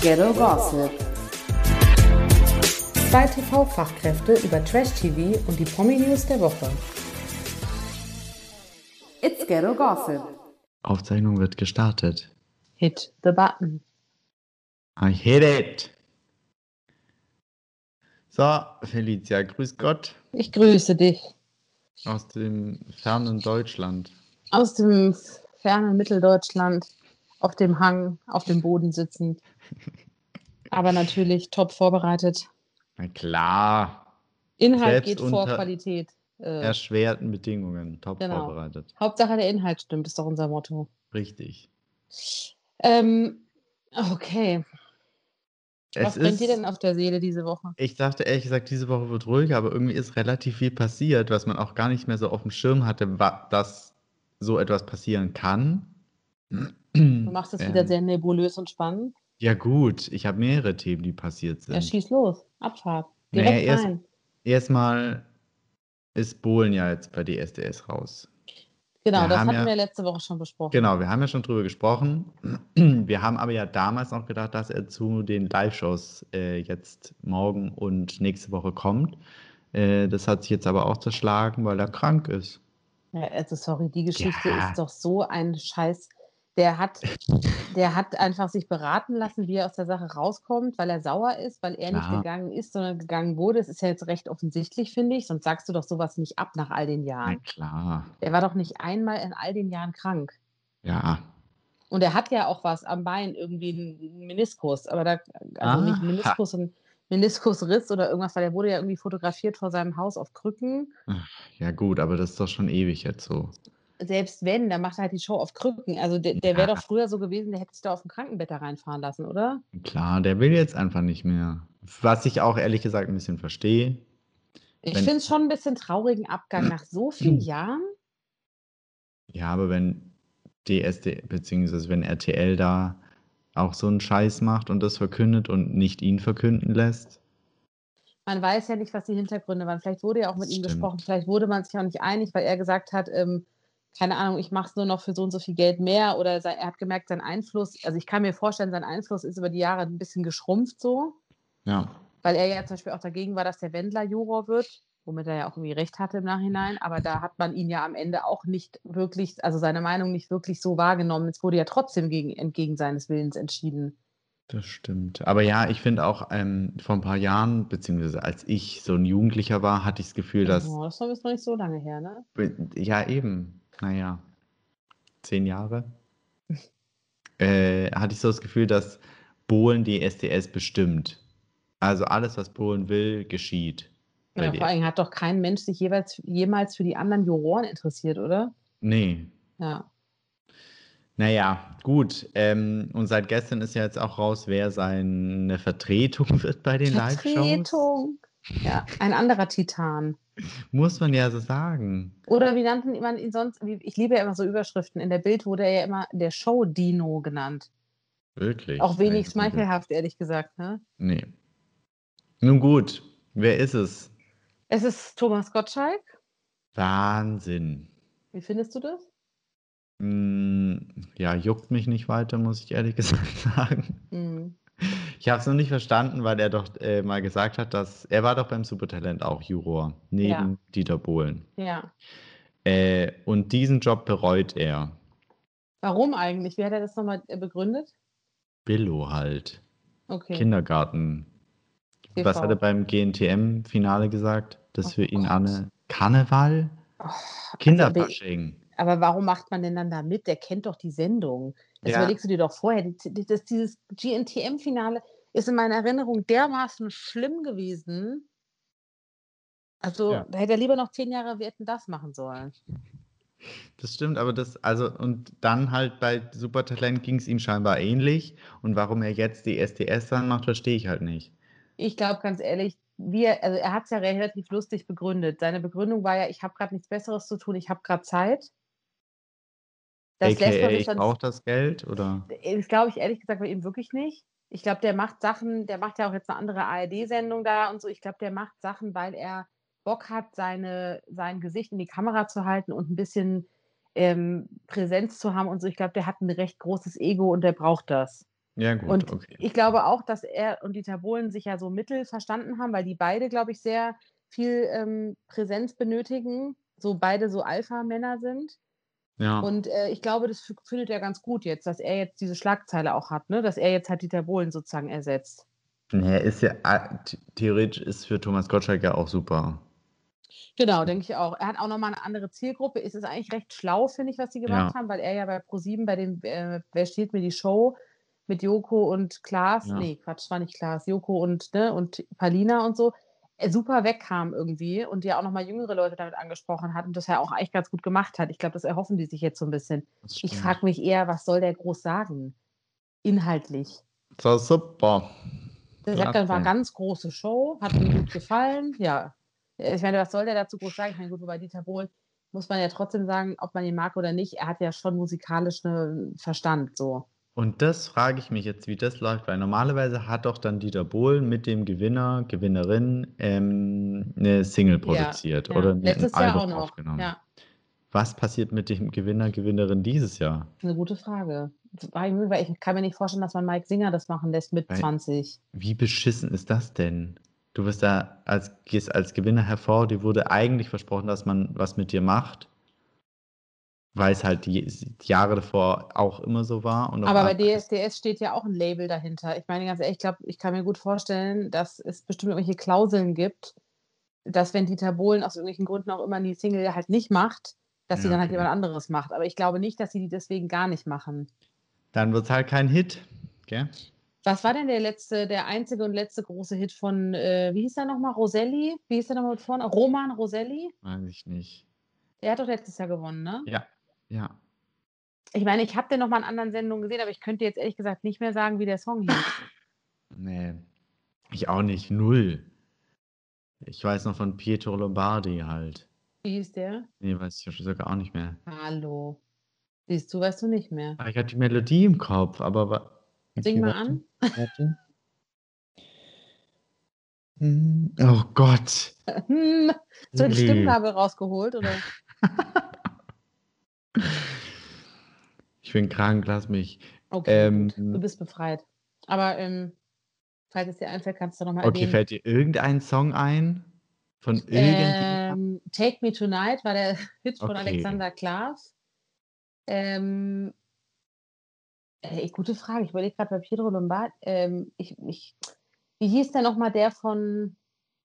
Ghetto Gossip. 2 TV-Fachkräfte über Trash-TV und die Promi-News der Woche. It's Ghetto Gossip. Aufzeichnung wird gestartet. Hit the button. I hit it. So, Felicia, grüß Gott Ich grüße dich aus dem fernen Deutschland. aus dem fernen Mitteldeutschland, auf dem Hang, auf dem Boden sitzend. Aber natürlich top vorbereitet. Na klar, Inhalt selbst geht vor unter Qualität. erschwerten Bedingungen, top Genau. vorbereitet. Hauptsache der Inhalt stimmt, ist doch unser Motto. Richtig. Okay. Was Es brennt dir ist, denn auf der Seele diese Woche? ich dachte ehrlich gesagt, diese Woche wird ruhiger, aber irgendwie ist relativ viel passiert, was man auch gar nicht mehr so auf dem Schirm hatte, dass so etwas passieren kann. Du machst es wieder sehr nebulös und spannend. Ja gut, ich habe mehrere Themen, die passiert Ja, sind. schieß los. Abfahrt. Direkt Naja, rein. erstmal ist Bohlen ja jetzt bei DSDS raus. Genau, wir das haben hatten ja- wir letzte Woche schon besprochen. Genau, wir haben ja schon drüber gesprochen. Wir haben aber ja damals noch gedacht, dass er zu den Live-Shows jetzt morgen und nächste Woche kommt. Das hat sich jetzt aber auch zerschlagen, weil er krank ist. Ja, also sorry, die Geschichte Ja. ist doch so ein Scheiß. Der hat einfach sich beraten lassen, wie er aus der Sache rauskommt, weil er sauer ist, weil er nicht Klar. gegangen ist, sondern gegangen wurde. Das ist ja jetzt recht offensichtlich, finde ich. Sonst sagst du doch sowas nicht ab nach all den Na Jahren. klar. Der war doch nicht einmal in all den Jahren krank. Ja. Und er hat ja auch was am Bein, irgendwie einen Meniskus. Aber nicht Aha. Meniskus, ein Meniskusriss oder irgendwas, weil er wurde ja irgendwie fotografiert vor seinem Haus auf Krücken. Ja gut, aber das ist doch schon ewig jetzt so. Selbst wenn, dann macht er halt die Show auf Krücken. Also der wäre Ja. doch früher so gewesen, der hätte sich da auf dem Krankenbett da reinfahren lassen, oder? Klar, der will jetzt einfach nicht mehr. Was ich auch ehrlich gesagt ein bisschen verstehe. Ich Wenn- finde es schon ein bisschen traurigen Abgang nach so vielen Jahren. Ja, aber wenn DSD, beziehungsweise wenn RTL da auch so einen Scheiß macht und das verkündet und nicht ihn verkünden lässt. Man weiß ja nicht, was die Hintergründe waren. Vielleicht wurde ja auch mit ihm Stimmt. gesprochen, vielleicht wurde man sich auch nicht einig, weil er gesagt hat, keine Ahnung, ich mache es nur noch für so und so viel Geld mehr oder er hat gemerkt, sein Einfluss, also ich kann mir vorstellen, sein Einfluss ist über die Jahre ein bisschen geschrumpft so, Ja. weil er ja zum Beispiel auch dagegen war, dass der Wendler Juror wird, womit er ja auch irgendwie recht hatte im Nachhinein, aber da hat man ihn ja am Ende auch nicht wirklich, also seine Meinung nicht wirklich so wahrgenommen. Es wurde ja trotzdem entgegen seines Willens entschieden. Das stimmt. Aber ja, ich finde auch vor ein paar Jahren, beziehungsweise als ich so ein Jugendlicher war, hatte ich das Gefühl, dass. Oh, das ist noch nicht so lange her, ne? Ja, eben. Naja, 10 Jahre. Hatte ich so das Gefühl, dass Bohlen die SDS bestimmt. Also alles, was Bohlen will, geschieht. bei Ja, vor allem hat doch kein Mensch sich jemals für die anderen Juroren interessiert, oder? Nee. Ja. Naja, gut. Und seit gestern ist ja jetzt auch raus, wer seine Vertretung wird bei den Live-Shows. Vertretung. Ja, ein anderer Titan. Muss man ja so sagen. Oder wie nannte man ihn sonst? Ich liebe ja immer so Überschriften. In der Bild wurde er ja immer der Show-Dino genannt. Wirklich. Auch wenig Eigentlich schmeichelhaft, ehrlich gesagt. Ne? Nee. Nun gut, wer ist es? Es ist Thomas Gottschalk. Wahnsinn. Wie findest du das? Ja, juckt mich nicht weiter, muss ich ehrlich gesagt sagen. Hm. Ich habe es noch nicht verstanden, weil er doch mal gesagt hat, dass er war doch beim Supertalent auch Juror, neben Dieter Bohlen. Ja. Und diesen Job bereut er. Warum eigentlich? Wie hat er das nochmal begründet? Billo halt. Okay. Kindergarten. TV. Was hat er beim GNTM-Finale gesagt? Das Oh für ihn Gott. Anne Karneval? Kinderfasching. Aber warum macht man denn dann da mit? Der kennt doch die Sendung. Das Ja. überlegst du dir doch vorher. Dieses GNTM-Finale ist in meiner Erinnerung dermaßen schlimm gewesen. Also Ja. da hätte er lieber noch 10 Jahre Wir hätten das machen sollen. Das stimmt, aber und dann halt bei Supertalent ging es ihm scheinbar ähnlich. Und warum er jetzt die SDS dann macht, verstehe ich halt nicht. Ich glaube, ganz ehrlich, er hat es ja relativ lustig begründet. Seine Begründung war ja, ich habe gerade nichts Besseres zu tun, ich habe gerade Zeit. Das lässt man AKA, sich ich dann. brauche das Geld, oder? Das glaube ich ehrlich gesagt bei ihm wirklich nicht. Ich glaube, der macht Sachen, der macht ja auch jetzt eine andere ARD-Sendung da und so. Ich glaube, der macht Sachen, weil er Bock hat, sein Gesicht in die Kamera zu halten und ein bisschen Präsenz zu haben und so. Ich glaube, der hat ein recht großes Ego und der braucht das. Ja, gut, Und okay. ich glaube auch, dass er und Dieter Bohlen sich ja so mittel verstanden haben, weil die beide, glaube ich, sehr viel, Präsenz benötigen, so beide so Alpha-Männer sind. Ja. Und, ich glaube, das findet er ganz gut jetzt, dass er jetzt diese Schlagzeile auch hat, ne, dass er jetzt halt Dieter Bohlen sozusagen ersetzt. Ne, ist ja theoretisch ist für Thomas Gottschalk ja auch super. Genau, denke ich auch. Er hat auch noch mal 'ne andere Zielgruppe. Es ist eigentlich recht schlau, finde ich, was sie gemacht Ja, haben, weil er ja bei ProSieben bei dem, „Wer stiehlt mir die Show“ mit Joko und Klaas ja. ne, Quatsch, war nicht Klaas, Joko und ne, und Palina und so, super wegkam irgendwie und ja auch noch mal jüngere Leute damit angesprochen hat und das ja auch eigentlich ganz gut gemacht hat. Ich glaube, das erhoffen die sich jetzt so 'n bisschen. Das Ich stimmt. frage mich eher, was soll der groß sagen, inhaltlich? Das war super. Der sagt dann: „War Klasse. ganz große Show, hat mir gut gefallen.“ Ja. Ich meine, was soll der dazu groß sagen? Ich meine, gut, wobei Dieter Bohlen muss man ja trotzdem sagen, ob man ihn mag oder nicht, er hat ja schon musikalisch 'ne Verstand so. Und das frage ich mich jetzt, wie das läuft, weil normalerweise hat doch dann Dieter Bohlen mit dem Gewinner, Gewinnerin, 'ne Single Ja, produziert oder ja. 'n Letztes Jahr Album auch noch. aufgenommen. Ja, Was passiert mit dem Gewinner, Gewinnerin dieses Jahr? ist 'ne gute Frage. Weil ich kann mir nicht vorstellen, dass man Mike Singer das machen lässt mit Weil 20. wie beschissen ist das denn? Du wirst da gehst als Gewinner hervor, dir wurde eigentlich versprochen, dass man was mit dir macht, weil's halt die Jahre davor auch immer so war und auf Aber bei einmal ist DSDS steht ja auch 'n Label dahinter. Ich meine ganz ehrlich, ich glaube, ich kann mir gut vorstellen, dass es bestimmt irgendwelche Klauseln gibt, dass wenn Dieter Bohlen aus irgendwelchen Gründen auch immer die Single halt nicht macht, dass sie ja, dann halt okay. jemand anderes macht. Aber ich glaube nicht, dass sie die deswegen gar nicht machen. Dann wird's halt kein Hit, gell? Was war denn der einzige und letzte große Hit von, wie hieß der noch mal? Roselli? Wie hieß der noch mal mit Vornamen? Roman Roselli? Weiß ich nicht. Der hat doch letztes Jahr gewonnen, ne? Ja, ja. Ich meine, ich habe den noch mal in anderen Sendungen gesehen, aber ich könnte jetzt ehrlich gesagt nicht mehr sagen, wie der Song hieß. Ne, ich auch nicht, null. Ich weiß noch von Pietro Lombardi halt. Wie hieß der? Ne, weiß ich ja sogar auch nicht mehr. Hallo. Siehst du, weißt du nicht mehr. Ah, ich hatte die Melodie im Kopf, aber Sing okay, mal warte, an. warte. Oh Gott. Hm, so 'n Ne. Stimmgabel rausgeholt, oder? Ich bin krank, lass mich. Okay, gut. Du Ähm, bist befreit. Aber, falls es dir einfällt, kannst du noch mal okay, erwähnen. fällt dir irgendein Song ein von irgendjemandem? „Take Me Tonight“ war der Hit von Okay. Alexander Klaas. Ähm, gute Frage. Ich überlege grad bei Pietro Lombard ich wie hieß denn noch mal der von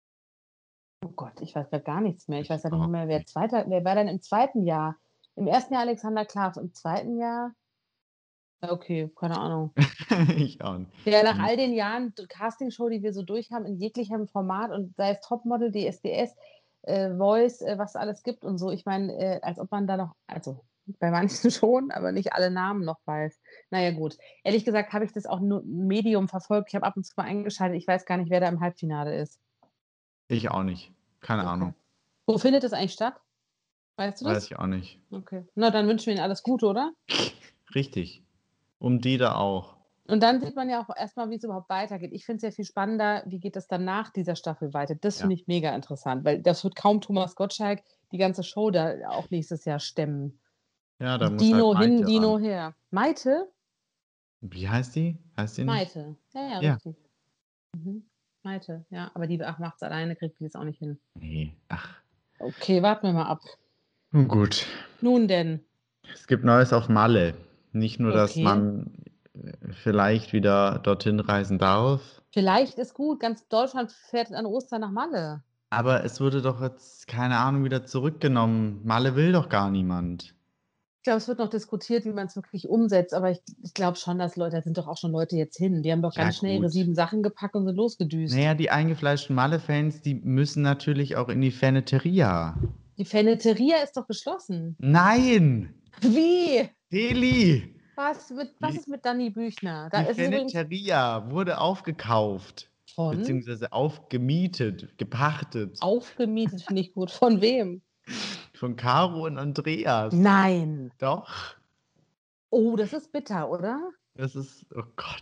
oh Gott, ich weiß grad gar nichts mehr. Ich Ich weiß ja nicht überhaupt mehr, nicht. wer war denn im 2. Jahr? Im 1. Jahr Alexander Klaas, im 2. Jahr ja, okay, keine Ahnung. Ich auch nicht. Ja, nach Hm, all den Jahren Castingshow, die wir so durch haben in jeglichem Format und sei es Topmodel, DSDS, Voice, was es alles gibt und so. Ich meine, als ob man da noch also, bei manchen schon, aber nicht alle Namen noch weiß. Na ja, gut. Ehrlich gesagt habe ich das auch nur Medium verfolgt. Ich habe ab und zu mal eingeschaltet. Ich weiß gar nicht, wer da im Halbfinale ist. ich auch nicht. Keine Okay. Ahnung. Wo findet das eigentlich statt? Weißt du Weiß das? ich auch nicht. Okay. Na, dann wünschen wir Ihnen alles Gute, oder? Richtig. Um die da auch. Und dann sieht man ja auch erst mal, wie's überhaupt weitergeht. Ich finde es ja viel spannender, wie geht es dann nach dieser Staffel weiter? Das Ja. finde ich mega interessant, weil das wird kaum Thomas Gottschalk die ganze Show da auch nächstes Jahr stemmen. Ja, da muss halt Dino hin, Maite ran. Dino her. Maite? Wie heißt die? Heißt die nicht? Maite. Ja, ja, Ja. richtig. Mhm. Maite, ja, aber die ach, macht's alleine, kriegt die das auch nicht hin. Ne, ach, Okay, warten wir mal ab. nun gut. Nun denn? Es gibt Neues auf Malle. Nicht nur, dass Okay. man, vielleicht wieder dorthin reisen darf, Vielleicht ist gut, ganz Deutschland fährt an Ostern nach Malle. aber es wurde doch jetzt, keine Ahnung, wieder zurückgenommen. Malle will doch gar niemand. Ich glaube, es wird noch diskutiert, wie man's wirklich umsetzt, aber ich glaube schon, dass Leute da sind doch auch schon Leute jetzt hin. Die haben doch Ja ganz schnell ihre gut. 7 Sachen gepackt und sind Na losgedüst. ja, die eingefleischten Malle-Fans, die müssen natürlich auch in die Feneteria. Die Feneteria ist doch geschlossen. Nein! Wie? Heli! Was Die ist mit Dani Büchner? Da die ist es übrigens Feneteria wurde aufgekauft, von beziehungsweise aufgemietet, gepachtet aufgemietet, finde ich gut. Von wem? von Caro und Andreas. Nein. Doch, Oh, das ist bitter, oder? das ist oh Gott.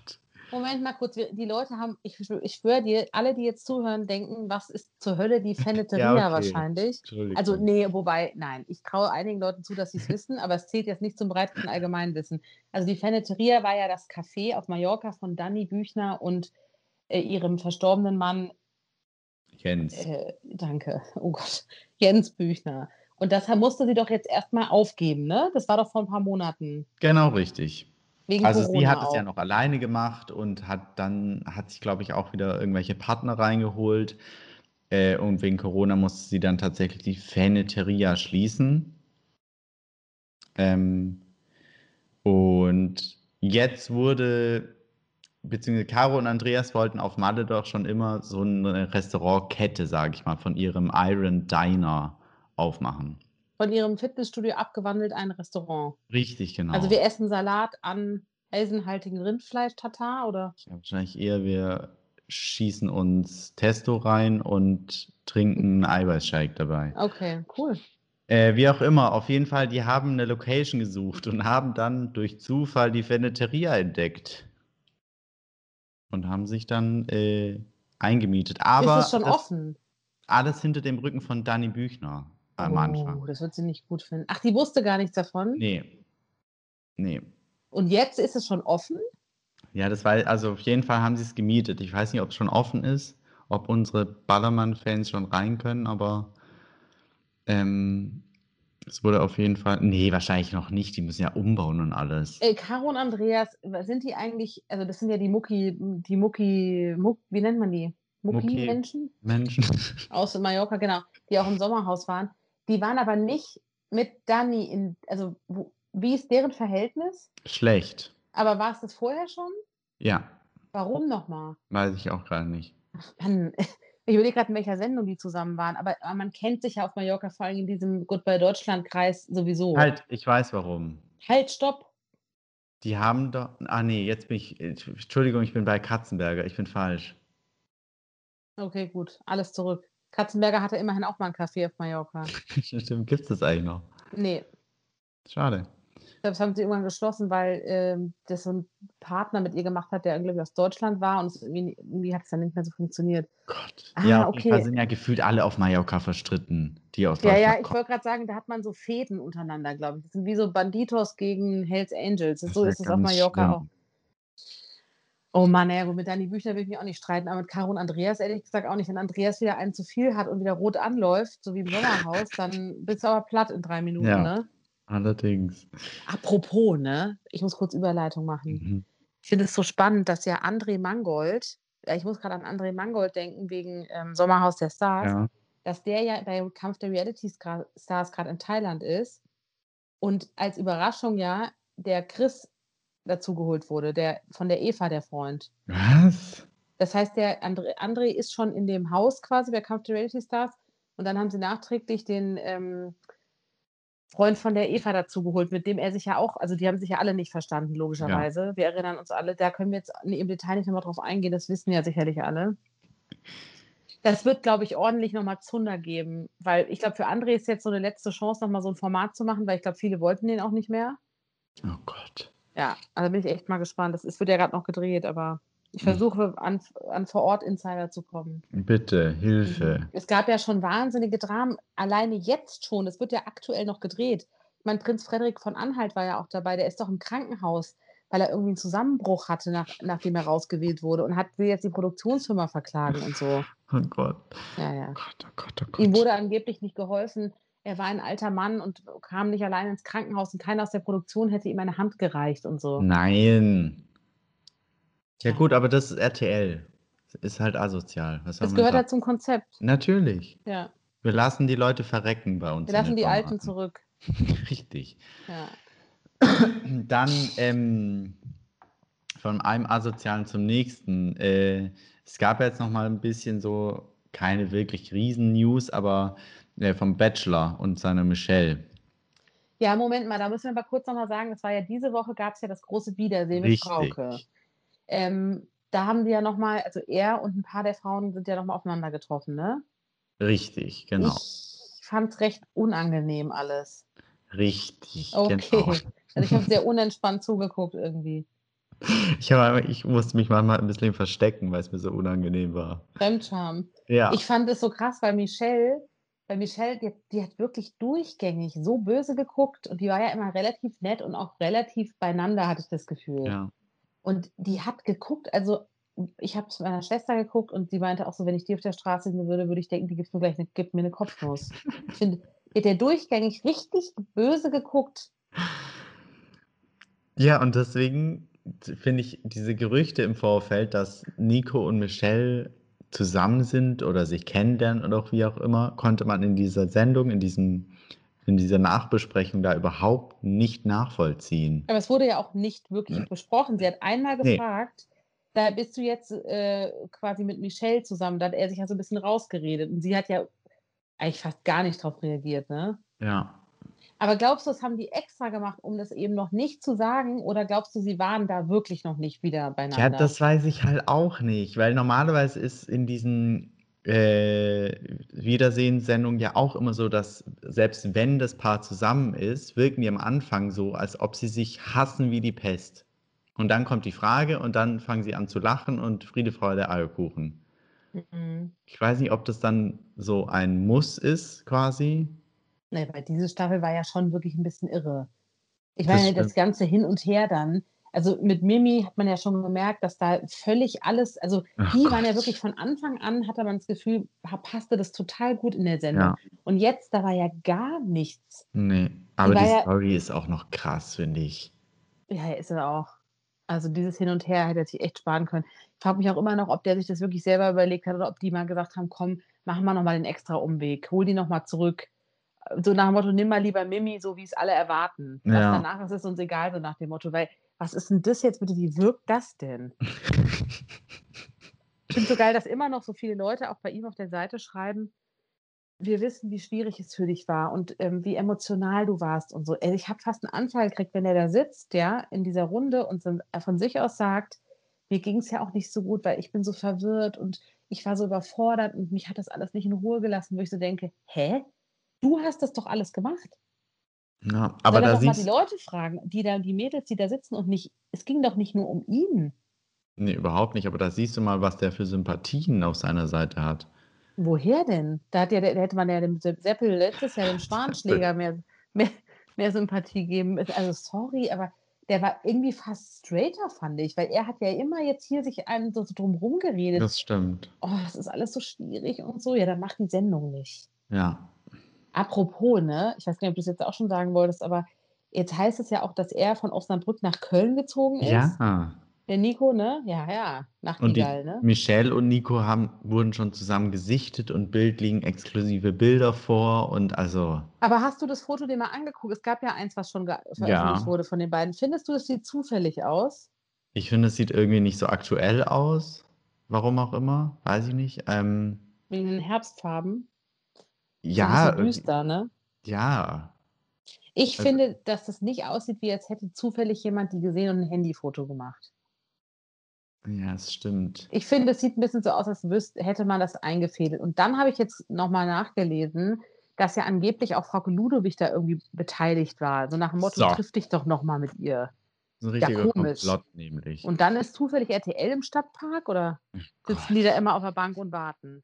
Moment mal kurz, die Leute haben, ich schwöre dir, alle, die jetzt zuhören, denken, was ist zur Hölle die Ja, Feneteria okay. wahrscheinlich. Also Entschuldigung. nee, wobei, nein, ich traue einigen Leuten zu, dass sie es wissen, aber es zählt jetzt nicht zum breitesten Allgemeinwissen. Also die Feneteria war ja das Café auf Mallorca von Dani Büchner und ihrem verstorbenen Mann, Jens. danke, oh Gott, Jens Büchner. Und das musste sie doch jetzt erstmal aufgeben, ne? Das war doch vor ein paar Monaten. Genau richtig. Wegen Also sie Corona hat es ja auch. noch alleine gemacht und hat sich, glaube ich, auch wieder irgendwelche Partner reingeholt. Und wegen Corona musste sie dann tatsächlich die Feneteria schließen. Ähm, und jetzt beziehungsweise Caro und Andreas wollten auf Malle doch schon immer so eine Restaurantkette, sage ich mal, von ihrem Iron Diner aufmachen. Von ihrem Fitnessstudio abgewandelt ein Restaurant. Richtig, Also genau. wir essen Salat an eisenhaltigen Rindfleisch-Tatar oder? Ja, wahrscheinlich eher, wir schießen uns Testo rein und trinken einen Eiweißshake dabei. Okay, cool. Wie auch immer, auf jeden Fall, die haben eine Location gesucht und haben dann durch Zufall die Feneteria entdeckt und haben sich dann eingemietet. Ist es Aber schon das offen? alles hinter dem Rücken von Dani Büchner am Anfang. Oh, das wird sie nicht gut finden. Ach, die wusste gar nichts davon? Nee, nee. Und jetzt ist es schon offen? Ja, also auf jeden Fall haben sie es gemietet. Ich weiß nicht, ob es schon offen ist, ob unsere Ballermann-Fans schon rein können, aber ähm, es wurde auf jeden Fall. Nee, wahrscheinlich noch nicht. Die müssen ja umbauen und alles. Caro und Andreas, sind die eigentlich, also das sind ja wie nennt man die? Okay, Mucki-Menschen? Menschen. Aus Mallorca, genau, die auch im Sommerhaus waren. Die waren aber nicht mit Dani also wie ist deren Verhältnis? Schlecht. Aber war es das vorher schon? Ja, Warum nochmal? weiß ich auch gerade nicht. Mann, ich überlege gerade, in welcher Sendung die zusammen waren, aber man kennt sich ja auf Mallorca, vor allem in diesem Goodbye Deutschland-Kreis sowieso. Halt, ich weiß warum. Halt, stopp! Die haben doch. Ah, nee, jetzt bin ich. Entschuldigung, ich bin bei Katzenberger. Ich bin falsch. Okay, gut, alles zurück. Katzenberger hatte immerhin auch mal 'n Café auf Mallorca. Stimmt, gibt es das eigentlich noch? Ne, Schade. ich glaube, das haben sie irgendwann geschlossen, weil, das so 'n Partner mit ihr gemacht hat, der glaube ich aus Deutschland war und es irgendwie hat es dann nicht mehr so funktioniert. Gott. Ja, Ah, auf jeden Fall okay. sind ja gefühlt alle auf Mallorca verstritten, die aus Ja, ja, Deutschland ich kommen. wollte grad sagen, da hat man so Fehden untereinander, glaube ich. Das sind wie so Banditos gegen Hells Angels. Das ist So ja ist es auf ganz Mallorca auch. schlimm. Oh Mann, na ja gut, mit Dani Büchner will ich mich auch nicht streiten, aber mit Caro und Andreas ehrlich gesagt auch nicht. Wenn Andreas wieder einen zu viel hat und wieder rot anläuft, so wie im Sommerhaus, dann bist du aber platt in 3 Minuten, Ja, ne? allerdings. Apropos, ne? Ich muss kurz Überleitung machen. Mhm. Ich finde es so spannend, dass ja André Mangold, ich muss grad an André Mangold denken wegen, Sommerhaus der Stars, Ja. dass der ja bei Kampf der Stars grad in Thailand ist und als Überraschung ja der Chris dazugeholt wurde, der von der Eva, der Freund. Was? Das heißt, der André ist schon in dem Haus quasi bei Kampf der Reality Stars und dann haben sie nachträglich den, Freund von der Eva dazugeholt, mit dem er sich ja auch, also, die haben sich ja alle nicht verstanden, Ja. logischerweise. Wir erinnern uns alle, da können wir jetzt im Detail nicht noch mal drauf eingehen, das wissen ja sicherlich alle. Das wird, glaube ich, ordentlich noch mal Zunder geben, weil ich glaube, für André ist jetzt so 'ne letzte Chance, noch mal so 'n Format zu machen, weil ich glaube, viele wollten den auch nicht mehr. Oh Gott. Ja, also, bin ich echt mal gespannt. Es wird ja grad noch gedreht, aber ich Hm. versuche an Vor-Ort-Insider zu kommen. Bitte, Mhm. Hilfe. Es gab ja schon wahnsinnige Dramen, alleine jetzt schon. Es wird ja aktuell noch gedreht. Ich meine, Prinz Frederik von Anhalt war ja auch dabei. Der ist doch im Krankenhaus, weil er irgendwie 'n Zusammenbruch hatte, nachdem er rausgewählt wurde und will jetzt die Produktionsfirma verklagen und so. Oh Gott. Ja, ja. Oh Gott, oh Ihm Gott. wurde angeblich nicht geholfen. Er war ein alter Mann und kam nicht alleine ins Krankenhaus und keiner aus der Produktion hätte ihm eine Hand gereicht und so. Nein. Ja Tja, gut, aber das ist RTL. Ist halt asozial. Was soll es man gehört sagen? halt zum Konzept. Natürlich. Ja. Wir lassen die Leute verrecken bei Wir uns in lassen den die Alten Formaten. zurück. Richtig. Ja. Dann, von einem Asozialen zum nächsten. Es gab ja jetzt noch mal 'n bisschen so keine wirklich Riesen-News, aber, vom Bachelor und seiner Michelle. Ja, Moment mal, da müssen wir aber kurz noch mal sagen, das war ja diese Woche, gab's ja das große Wiedersehen mit Frauke. Richtig, Da haben die ja noch mal, also er und 'n paar der Frauen sind ja noch mal aufeinander getroffen, ne? richtig, genau. Ich fand's recht unangenehm alles. Richtig, genau. Okay. Also, ich habe sehr unentspannt zugeguckt irgendwie. Ich musste mich manchmal ein bisschen verstecken, weil es mir so unangenehm war. Fremdscham. Ich Ja, fand es so krass, weil Michelle, die hat wirklich durchgängig so böse geguckt und die war ja immer relativ nett und auch relativ beieinander, hatte ich das Gefühl. ja. Und die hat geguckt, also ich habe es mit meiner Schwester geguckt und sie meinte auch so, wenn ich die auf der Straße sehen würde, würde ich denken, die gibt mir eine Kopfnuss. Ich finde, die hat ja durchgängig richtig böse geguckt. Ja, und deswegen finde ich diese Gerüchte im Vorfeld, dass Nico und Michelle zusammen sind oder sich kennenlernen oder auch wie auch immer, konnte man in dieser Sendung, in dieser Nachbesprechung da überhaupt nicht nachvollziehen. Aber es wurde ja auch nicht wirklich besprochen. Sie hat einmal Nee, gefragt, da bist du jetzt quasi mit Michelle zusammen. Da hat er sich ja so ein bisschen rausgeredet. Und sie hat ja eigentlich fast gar nicht drauf reagiert, ne? ja. Aber glaubst du, das haben die extra gemacht, um das eben noch nicht zu sagen? Oder glaubst du, sie waren da wirklich noch nicht wieder Ja, beieinander? das weiß ich halt auch nicht, weil normalerweise ist in diesen Wiedersehenssendungen ja auch immer so, dass selbst wenn das Paar zusammen ist, wirken die am Anfang so, als ob sie sich hassen wie die Pest. Und dann kommt die Frage und dann fangen sie an zu lachen und Friede, Freude, Eierkuchen. Mhm. Ich weiß nicht, ob das dann so ein Muss ist, quasi. Ne, weil diese Staffel war ja schon wirklich ein bisschen irre. Ich Das meine, das stimmt. ganze Hin und Her dann, also, mit Mimi hat man ja schon gemerkt, dass da völlig alles, also, Ach die waren ja wirklich Gott. von Anfang an, hatte man das Gefühl, passte das total gut in der Sendung. Ja, Und jetzt, da war ja gar nichts. nee. Die Aber war die ja, Story ist auch noch krass, finde ich. ja, ist er auch. Also, dieses Hin und Her hätte er sich echt sparen können. Ich frage mich auch immer noch, ob der sich das wirklich selber überlegt hat oder ob die mal gesagt haben: „Komm, machen wir noch mal den extra Umweg, hol die noch mal zurück.“ So nach dem Motto: „Nimm mal lieber Mimi, so wie's alle erwarten. Was Ja. danach ist, ist uns egal“, so nach dem Motto, weil was ist 'n das jetzt bitte? Wie wirkt das denn? Ich finde so geil, dass immer noch so viele Leute auch bei ihm auf der Seite schreiben: „Wir wissen, wie schwierig es für dich war und, wie emotional du warst und so.“ Ich habe fast 'n Anfall gekriegt, wenn der da sitzt, ja, in dieser Runde und so von sich aus sagt: „Mir ging's ja auch nicht so gut, weil ich bin so verwirrt und ich war so überfordert und mich hat das alles nicht in Ruhe gelassen“, wo ich so denke: „Hä? Du hast das doch alles gemacht.“ Ja, Soll aber er da doch mal die siehst Leute fragen, die Mädels, die da sitzen und nicht, es ging doch nicht nur um ihn. ne, überhaupt nicht, aber da siehst du mal, was der für Sympathien auf seiner Seite hat. Woher denn? Da hätte man ja dem Seppel letztes Jahr, dem Schwanenschläger, mehr mehr Sympathie geben müssen. Also, sorry, aber der war irgendwie fast straighter, fand ich, weil er hat ja immer jetzt hier sich einem so drum rumgeredet: Das stimmt. „Oh, das ist alles so schwierig und so.“ Ja, dann mach die Sendung nicht. Ja. Apropos, ne, ich weiß gar nicht, ob du's jetzt auch schon sagen wolltest, aber jetzt heißt es ja auch, dass er von Osnabrück nach Köln gezogen Ja. ist. Der Nico, ne? Ja, ja, Und die Nachtigall, ne? Michelle und Nico wurden schon zusammen gesichtet und Bild liegen exklusive Bilder vor und also, Aber hast du das Foto dir mal angeguckt? Es gab ja eins, was schon veröffentlicht ja, wurde von den beiden. Findest du, das sieht zufällig aus? ich finde, es sieht irgendwie nicht so aktuell aus. Warum auch immer, weiß ich nicht. Wegen den Herbstfarben? So 'n Ja, bisschen düster, ne? ja, Ich also, finde, dass das nicht aussieht, wie als hätte zufällig jemand die gesehen und 'n Handyfoto gemacht. ja, es stimmt. Ich finde, es sieht 'n bisschen so aus, als hätte man das eingefädelt. Und dann habe ich jetzt noch mal nachgelesen, dass ja angeblich auch Frauke Ludowig da irgendwie beteiligt war. So nach dem Motto: So, „Triff dich doch noch mal mit ihr.“ so 'n Ja, richtiger komisch. Komplott nämlich. Und dann ist zufällig RTL im Stadtpark oder sitzen die da Gott. immer auf der Bank und warten?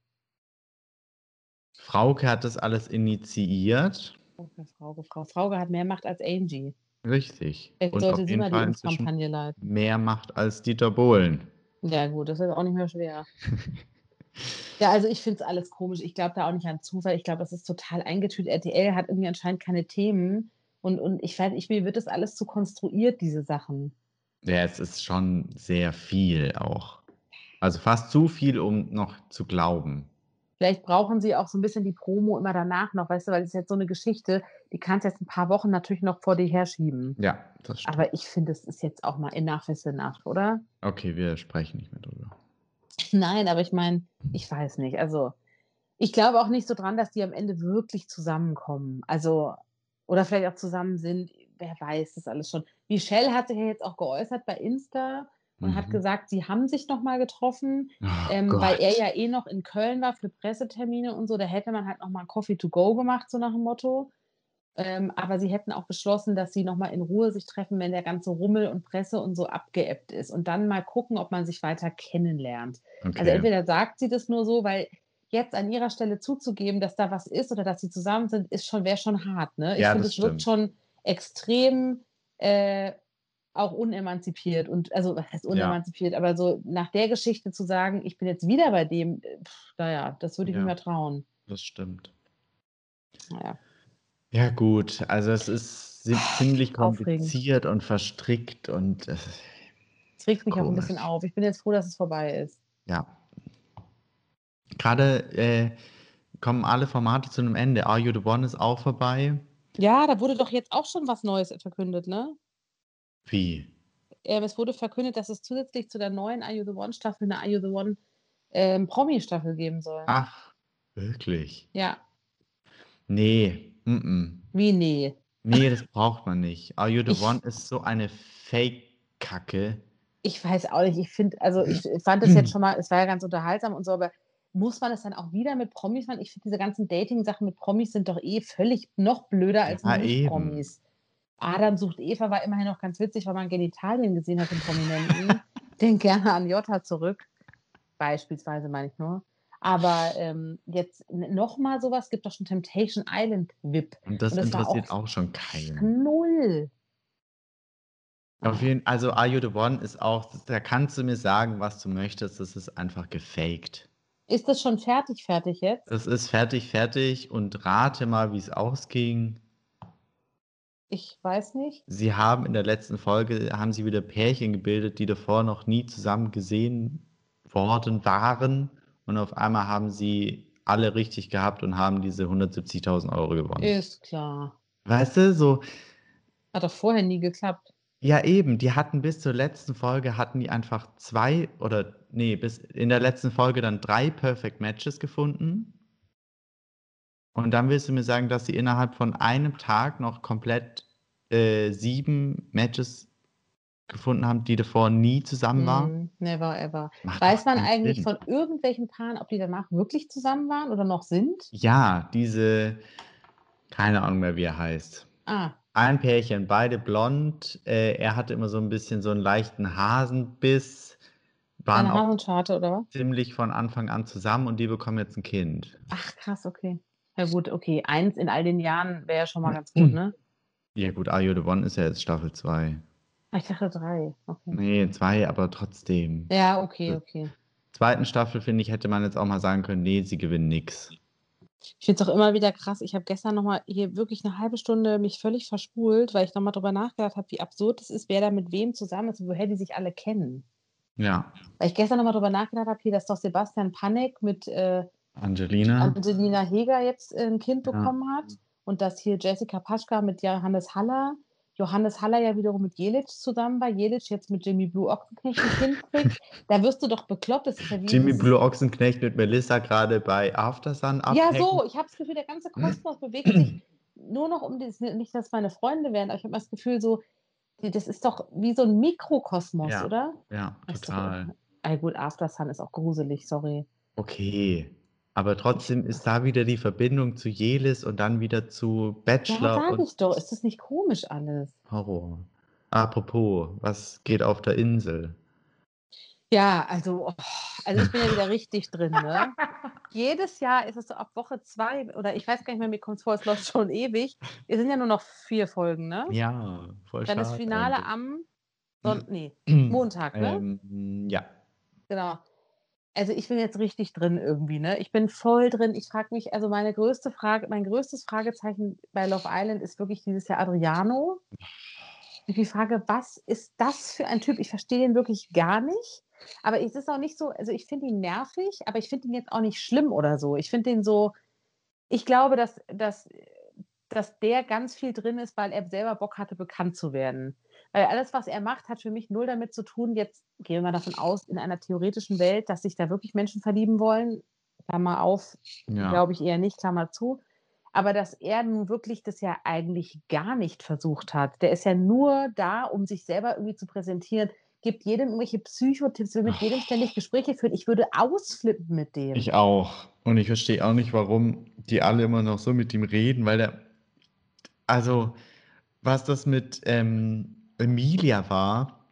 Frauke hat das alles initiiert. Frauke hat mehr Macht als Angie. Richtig. Vielleicht Und auf sollte sie jeden mal die Fall inzwischen Impfkampagne leiten. mehr Macht als Dieter Bohlen. Ja gut, das ist auch nicht mehr schwer. Ja, also ich finde es alles komisch. Ich glaube da auch nicht an Zufall. Ich glaube, das ist total eingetütet. RTL hat irgendwie anscheinend keine Themen und ich weiß nicht, mir wird das alles zu konstruiert, diese Sachen. Ja, es ist schon sehr viel auch. Also, fast zu viel, um noch zu glauben. Vielleicht brauchen sie auch so 'n bisschen die Promo immer danach noch, weißt du, weil das ist jetzt so 'ne Geschichte, die kannst du jetzt 'n paar Wochen natürlich noch vor dir herschieben. Ja, das stimmt. Aber ich finde, es ist jetzt auch mal enough is enough, oder? Okay, wir sprechen nicht mehr drüber. Nein, aber ich meine, ich weiß nicht. Also, ich glaube auch nicht so dran, dass die am Ende wirklich zusammenkommen. Also, oder vielleicht auch zusammen sind, wer weiß das alles schon. Michelle hat sich ja jetzt auch geäußert bei Insta und hat Mhm. gesagt, sie haben sich noch mal getroffen, Oh weil er Gott. ja eh noch in Köln war für Pressetermine und so. Da hätte man halt noch mal 'n Coffee to go gemacht, so nach dem Motto. Aber sie hätten auch beschlossen, dass sie noch mal in Ruhe sich treffen, wenn der ganze Rummel und Presse und so abgeebbt ist und dann mal gucken, ob man sich weiter kennenlernt. Also Okay. entweder sagt sie das nur so, weil jetzt an ihrer Stelle zuzugeben, dass da was ist oder dass sie zusammen sind, wäre schon hart, ne? Ich Ja, finde, das es wirkt stimmt. schon extrem, auch unemanzipiert und also, was heißt Ja, unemanzipiert, aber so nach der Geschichte zu sagen: „Ich bin jetzt wieder bei dem“, na ja, das würde ich nicht ja, mehr trauen. das stimmt. Na ja, Ja gut, also es ist ziemlich aufregend. kompliziert und verstrickt und Es regt mich auch 'n bisschen komisch. auf. Ich bin jetzt froh, dass es vorbei ist. Ja. Gerade kommen alle Formate zu einem Ende. Are You the One ist auch vorbei. Ja, da wurde doch jetzt auch schon was Neues verkündet, ne? Wie? Es wurde verkündet, dass es zusätzlich zu der neuen Are You the One Staffel 'ne Are You the One, Promi-Staffel geben soll. Ach, wirklich? Ja. Ne, mm. Wie ne? Ne, das braucht man nicht. Are You the One Ich ist so eine Fake-Kacke. ich weiß auch nicht, ich fand es jetzt schon mal, es war ja ganz unterhaltsam und so, aber muss man das dann auch wieder mit Promis machen? Ich finde, diese ganzen Dating-Sachen mit Promis sind doch eh völlig noch blöder als Ja, mit eben. Nicht-Promis. Adam sucht Eva war immerhin noch ganz witzig, weil man Genitalien gesehen hat von Prominenten. Denke gerne an Jota zurück, beispielsweise meine ich nur. Aber, jetzt noch mal so was, gibt doch schon Temptation Island VIP Und und das das war auch interessiert auch schon keinen. 0. Na ja. Also Are You the One ist auch, da kannst du mir sagen, was du möchtest, das ist einfach gefaked. Ist das schon fertig jetzt? Das ist fertig und rate mal, wie's ausging. Ich weiß nicht. Sie haben in der letzten Folge haben sie wieder Pärchen gebildet, die davor noch nie zusammen gesehen worden waren und auf einmal haben sie alle richtig gehabt und haben diese 170.000 € gewonnen. Ist klar. Weißt du, so Hat doch vorher nie geklappt. ja eben, die hatten bis zur letzten Folge hatten die einfach 2 oder ne, bis in der letzten Folge dann 3 Perfect Matches gefunden. Und dann willst du mir sagen, dass sie innerhalb von einem Tag noch komplett, 7 Matches gefunden haben, die davor nie zusammen waren? Never ever. Macht doch Weiß man keinen eigentlich Sinn. von irgendwelchen Paaren, ob die danach wirklich zusammen waren oder noch sind? Ja, keine Ahnung mehr, wie er heißt. Ah, Ein Pärchen, beide blond. Er hatte immer so 'n bisschen so 'n leichten Hasenbiss, waren deine auch Hasenscharte oder was? ziemlich von Anfang an zusammen und die bekommen jetzt 'n Kind. Ach krass, okay. Ja gut, okay. 1 in all den Jahren wäre ja schon mal ganz gut, ne? Ja gut, Are You the One ist ja jetzt Staffel 2. Ah, ich dachte 3. Okay. Ne, 2, aber trotzdem. Ja, okay, D okay. 2. Staffel, finde ich, hätte man jetzt auch mal sagen können: „Ne, sie gewinnen nix." Ich finde es auch immer wieder krass. Ich habe gestern noch mal hier wirklich 'ne halbe Stunde mich völlig verspult, weil ich noch mal drüber nachgedacht habe, wie absurd es ist, wer da mit wem zusammen ist und woher die sich alle kennen. Ja. Weil ich gestern noch mal drüber nachgedacht habe, hier, dass doch Sebastian Panek mit, Angelina? Angelina Heger jetzt, 'n Kind Ja. bekommen hat und dass hier Jessica Paschka mit Johannes Haller ja wiederum mit Jelic zusammen war, Jelic jetzt mit Jimmy Blue Ochsenknecht 'n Kind kriegt. Da wirst du doch bekloppt. Das ist ja wie Jimmy dieses Blue Ochsenknecht mit Melissa grade bei Aftersun ja, abhängen. so, ich habe das Gefühl, der ganze Kosmos bewegt sich nur noch um dieses nicht, dass meine Freunde wären, aber ich habe das Gefühl so, das ist doch wie so 'n Mikrokosmos, Ja, oder? ja, Ist doch total. gut, Aftersun ist auch gruselig, sorry. Okay, aber Ich trotzdem ist da wieder die Verbindung zu Jelis und dann wieder zu ja, Bachelor sage und ich doch. Ist das nicht komisch alles? Horror. Apropos, was geht auf der Insel? Ja, also ich bin ja wieder richtig drin, ne? Jedes Jahr ist es so ab Woche 2 oder ich weiß gar nicht mehr, mir kommt's vor, es läuft schon ewig. Es sind ja nur noch 4 Folgen, ne? Ja, voll Dann ist schade Finale eigentlich. am Montag, ne? Ja. Genau. Also, ich bin jetzt richtig drin irgendwie, ne? Ich bin voll drin. Ich frage mich also, mein größtes Fragezeichen bei Love Island ist wirklich dieses Jahr Adriano. Ich die Frage: „Was ist das für ein Typ?“ Ich verstehe den wirklich gar nicht, aber es ist auch nicht so also, ich finde ihn nervig, aber ich finde ihn jetzt auch nicht schlimm oder so. Ich finde den so ich glaube, dass der ganz viel drin ist, weil er selber Bock hatte, bekannt zu werden. Weil alles, was er macht, hat für mich null damit zu tun jetzt gehen wir mal davon aus, in einer theoretischen Welt, dass sich da wirklich Menschen verlieben wollen, Klammer auf, Ja. glaube ich eher nicht, Klammer zu. Aber dass er nun wirklich das ja eigentlich gar nicht versucht hat. Der ist ja nur da, um sich selber irgendwie zu präsentieren, gibt jedem irgendwelche Psychotipps, will mit jedem ständig Gespräche führen. Ich würde ausflippen mit dem. Ich auch. Und ich verstehe auch nicht, warum die alle immer noch so mit ihm reden, weil Also, was das mit Emilia war,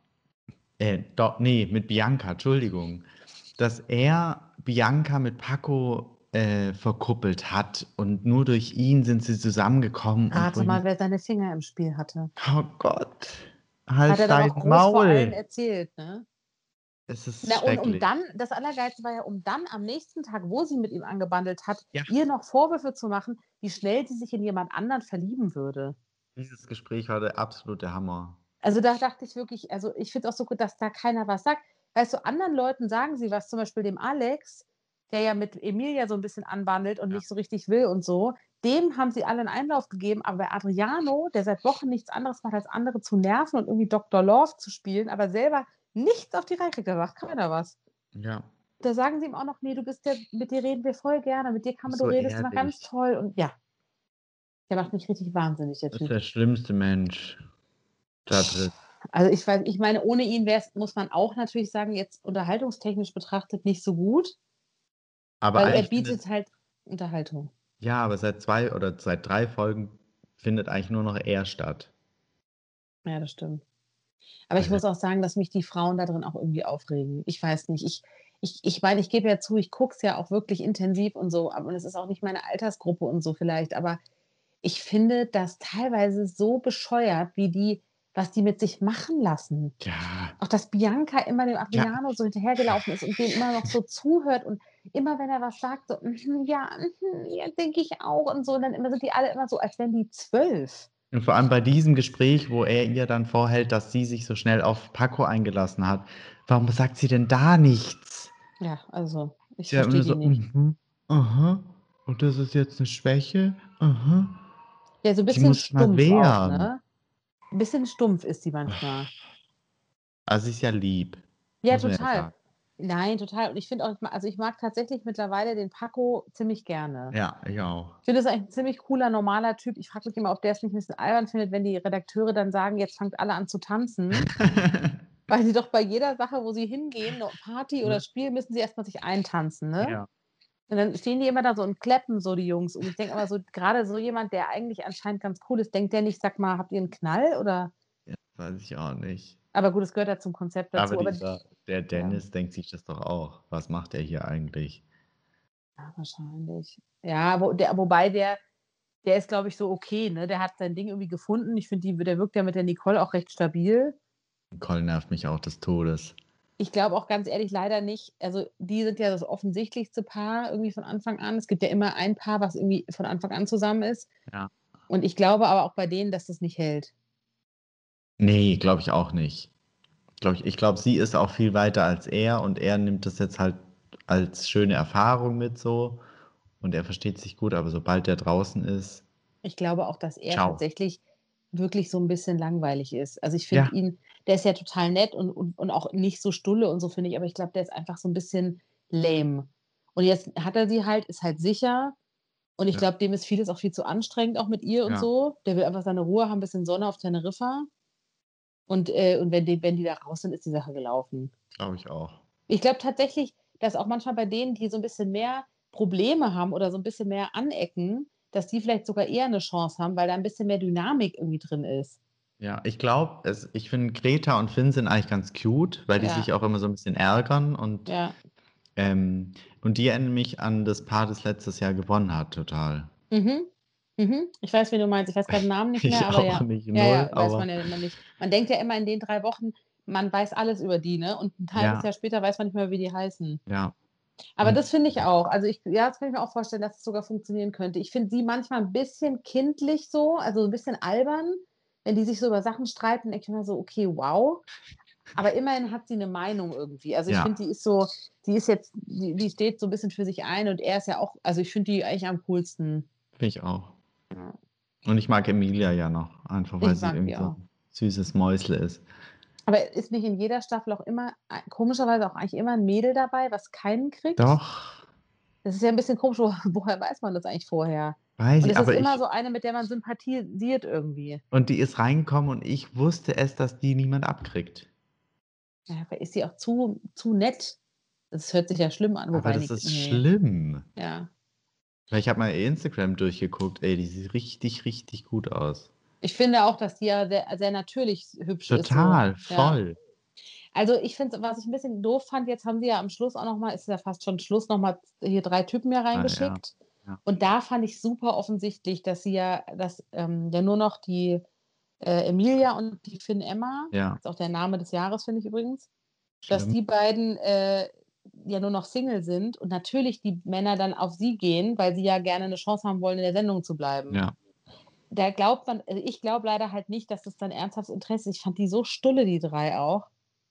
nee, mit Bianca, Entschuldigung, dass er Bianca mit Paco verkuppelt hat und nur durch ihn sind sie zusammengekommen und wo Rate ich mal, mir, wer seine Finger im Spiel hatte. oh Gott, Hat halt er dann auch dein groß vor allen Maul. erzählt, ne? Es ist Na, und schrecklich. dann das Allergeilste war ja, um dann am nächsten Tag, wo sie mit ihm angebandelt hat, Ja, ihr noch Vorwürfe zu machen, wie schnell sie sich in jemand anderen verlieben würde. dieses Gespräch war der absolute Hammer. Also, da dachte ich wirklich, also, ich finde es auch so gut, dass da keiner was sagt. Weißt du, anderen Leuten sagen sie was, zum Beispiel dem Alex, der ja mit Emilia so 'n bisschen anbandelt und Ja. nicht so richtig will und so. Dem haben sie alle 'n Einlauf gegeben, aber bei Adriano, der seit Wochen nichts anderes macht, als andere zu nerven und irgendwie Doktor Love zu spielen, aber selber nichts auf die Reihe kriegt, da sagt keiner was. Ja, Da sagen sie ihm auch noch: „Ne, du bist der, mit dir reden wir voll gerne, mit dir kann man, du so redest immer ganz ehrlich. toll“, und ja, der macht mich richtig wahnsinnig, der Das ist Typ. der schlimmste Mensch da drin. Also, ich meine, ohne ihn wär's, muss man auch natürlich sagen, jetzt unterhaltungstechnisch betrachtet nicht so gut, Aber weil er eigentlich findet bietet halt Unterhaltung. ja, aber seit 2 oder seit 3 Folgen findet eigentlich nur noch er statt. Ja, das stimmt. Aber ich Also, muss auch sagen, dass mich die Frauen da drin auch irgendwie aufregen. Ich weiß nicht, ich meine, ich gebe ja zu, ich gucke es ja auch wirklich intensiv und so, aber es ist auch nicht meine Altersgruppe und so vielleicht, aber ich finde das teilweise so bescheuert, wie die, was die mit sich machen lassen. ja, Auch dass Bianca immer dem ja, Adriano so hinterhergelaufen ist und dem immer noch so zuhört und immer, wenn er was sagt, so: „Mhm, ja, mhm, ja, denke ich auch“ und so. Und dann immer sind die alle immer so, als wären die 12. und vor allem bei diesem Gespräch, wo er ihr dann vorhält, dass sie sich so schnell auf Paco eingelassen hat. Warum sagt sie denn da nichts? Ja, also, ich Sie hat verstehe nur die so: nicht. „Mhm, aha, und das ist jetzt 'ne Schwäche? Aha.“ Ja, so 'n Die bisschen muss sich mal stumpf auch, wehren. ne? 'N bisschen stumpf ist die manchmal. Also, sie ist ja lieb, Ja, muss man ja total. sagen. Nein, total. Und ich finde auch, also, ich mag tatsächlich mittlerweile den Paco ziemlich gerne. Ja, ich auch. Ich finde, das ist eigentlich 'n ziemlich cooler, normaler Typ. Ich frage mich immer, ob der es nicht 'n bisschen albern findet, wenn die Redakteure dann sagen: „Jetzt fangt alle an zu tanzen“, weil sie doch bei jeder Sache, wo sie hingehen, 'ne Party oder Ne? Spiel, müssen sie erst mal sich eintanzen, ne? Ja. Und dann stehen die immer da so und klappen so, die Jungs. Und ich denke immer so, grade so jemand, der eigentlich anscheinend ganz cool ist, denkt der nicht: „Sag mal, habt ihr 'n Knall“, oder? Ja, weiß ich auch nicht. Aber gut, es gehört ja zum Konzept Aber dazu, aber der ja. Dennis denkt sich das doch auch. Was macht er hier eigentlich? Ja, wahrscheinlich. Ja, wobei der ist, glaube ich, so okay, ne? Der hat sein Ding irgendwie gefunden. Ich finde, der wirkt ja mit der Nicole auch recht stabil. Nicole nervt mich auch des Todes. Ich glaube auch ganz ehrlich leider nicht, also, die sind ja das offensichtlichste Paar irgendwie von Anfang an. Es gibt ja immer ein Paar, was irgendwie von Anfang an zusammen ist. Ja. Und ich glaube aber auch bei denen, dass das nicht hält. Ne, glaube ich auch nicht. Ich glaube, sie ist auch viel weiter als er und er nimmt das jetzt halt als schöne Erfahrung mit so und er versteht sich gut, aber sobald der draußen ist, Ich glaube auch, dass er tschau. tatsächlich wirklich so 'n bisschen langweilig ist. Also, ich finde Ja, ihn, der ist ja total nett und auch nicht so stulle und so, finde ich, aber ich glaube, der ist einfach so 'n bisschen lame. Und jetzt hat er sie halt, ist halt sicher, und ich ja, glaube, dem ist vieles auch viel zu anstrengend, auch mit ihr und ja, so. Der will einfach seine Ruhe haben, bisschen Sonne auf Teneriffa, und wenn die da raus sind, ist die Sache gelaufen. glaube ich auch. Ich glaube tatsächlich, dass auch manchmal bei denen, die so 'n bisschen mehr Probleme haben oder so 'n bisschen mehr anecken, dass die vielleicht sogar eher 'ne Chance haben, weil da 'n bisschen mehr Dynamik irgendwie drin ist. Ja, ich finde Greta und Finn sind eigentlich ganz cute, weil die sich Ja, auch immer so 'n bisschen ärgern ja. und die erinnern mich an das Paar, das letztes Jahr gewonnen hat, total. Mhm. Mhm. Ich weiß, wen du meinst. Ich weiß grad den Namen nicht mehr, Ich aber auch ja. nicht, Ja, null, ja, weiß aber man ja immer nicht. Man denkt ja immer in den 3 Wochen, man weiß alles über die, ne? Und 'n halbes ja, Jahr später weiß man nicht mehr, wie die heißen. ja. Aber Und das finde ich auch. Also, das kann ich mir auch vorstellen, dass es sogar funktionieren könnte. Ich finde sie manchmal 'n bisschen kindlich so, also 'n bisschen albern, wenn die sich so über Sachen streiten, denke ich mir so: „Okay, wow.“ Aber immerhin hat sie 'ne Meinung irgendwie. Also, ich ja, finde, die ist jetzt, die steht so 'n bisschen für sich ein, und er ist ja auch, also, ich finde die eigentlich am coolsten. finde ich auch. Ja. Und ich mag Emilia ja noch, einfach weil Ich sie mag irgendwie die so auch. 'n süßes Mäusle ist. Aber ist nicht in jeder Staffel auch immer komischerweise auch eigentlich immer 'n Mädel dabei, was keinen kriegt? Doch, Das ist ja 'n bisschen komisch, woher weiß man das eigentlich vorher? weiß Und ich, es ist aber immer ich so eine, mit der man sympathisiert irgendwie. und die ist reingekommen und ich wusste es, dass die niemand abkriegt. Ja, vielleicht ist sie auch zu nett. Das hört sich ja schlimm an, Aber wobei das ist ne, schlimm. ja. Weil ich habe mal ihr Instagram durchgeguckt. Ey, die sieht richtig, richtig gut aus. Ich finde auch, dass die ja sehr, sehr natürlich hübsch ist. So. Total, Ja. voll. Also ich finde, was ich ein bisschen doof fand, jetzt haben sie ja am Schluss auch nochmal, ist ja fast schon Schluss, nochmal hier 3 Typen mehr Ah, ja. reingeschickt. Ja. Und da fand ich super offensichtlich, dass sie ja, dass ja nur noch die Emilia und die Finn Emma, Ja, ist auch der Name des Jahres, finde ich übrigens, dass schlimm. die beiden ja nur noch Single sind und natürlich die Männer dann auf sie gehen, weil sie ja gerne eine Chance haben wollen, in der Sendung zu bleiben. Ja. Da glaubt man, also ich glaube leider halt nicht, dass das dann ernsthaftes Interesse ist. Ich fand die so stulle, die 3 auch.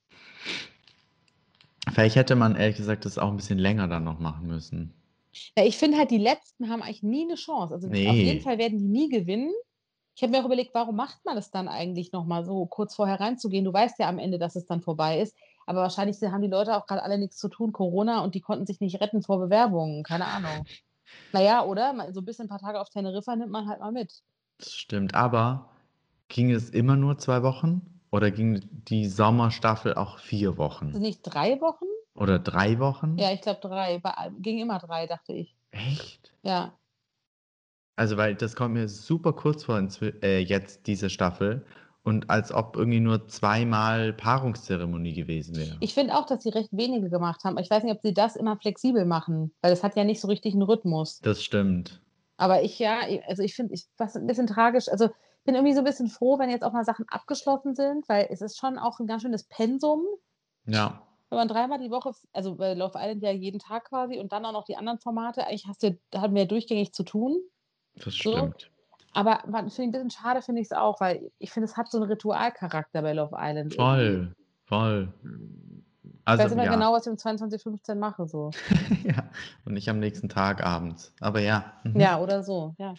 Vielleicht hätte man ehrlich gesagt das auch ein bisschen länger dann noch machen müssen. Ja, ich finde halt, die Letzten haben eigentlich nie eine Chance. Also, auf jeden Nee, Fall werden die nie gewinnen. Ich habe mir auch überlegt, warum macht man das dann eigentlich noch mal so, kurz vorher reinzugehen? Du weißt ja am Ende, dass es dann vorbei ist, aber wahrscheinlich haben die Leute auch gerade alle nichts zu tun, Corona, und die konnten sich nicht retten vor Bewerbungen, keine Ahnung. Na ja, oder? Mal so ein bisschen ein paar Tage auf Teneriffa nimmt man halt mal mit. das stimmt. Aber ging es immer nur 2 Wochen oder ging die Sommerstaffel auch 4 Sind Wochen nicht 3 Wochen? oder 3 Wochen? Ja, ich glaube 3. Ging immer 3, dachte ich. Echt? Ja. Also, weil das kommt mir super kurz vor jetzt diese Staffel und als ob irgendwie nur zweimal Paarungszeremonie gewesen wäre. Ich finde auch, dass sie recht wenige gemacht haben. Ich weiß nicht, ob sie das immer flexibel machen, weil es hat ja nicht so richtig einen Rhythmus. Das stimmt. Aber also ich finde, was ein bisschen tragisch, also bin irgendwie so ein bisschen froh, wenn jetzt auch mal Sachen abgeschlossen sind, weil es ist schon auch ein ganz schönes Pensum, Ja, wenn man 3-mal die Woche, also bei Love Island ja jeden Tag quasi und dann auch noch die anderen Formate, eigentlich da haben wir ja durchgängig zu tun, das so. stimmt. Aber man finde ein bisschen schade finde ich es auch, weil ich finde, es hat so einen Ritualcharakter bei Love Island irgendwie. Voll, voll. Ich Also, weiß immer ja. genau, was ich um 22:15 mache, so. Ja, und nicht am nächsten Tag abends. Aber ja. Ja, oder so, ja.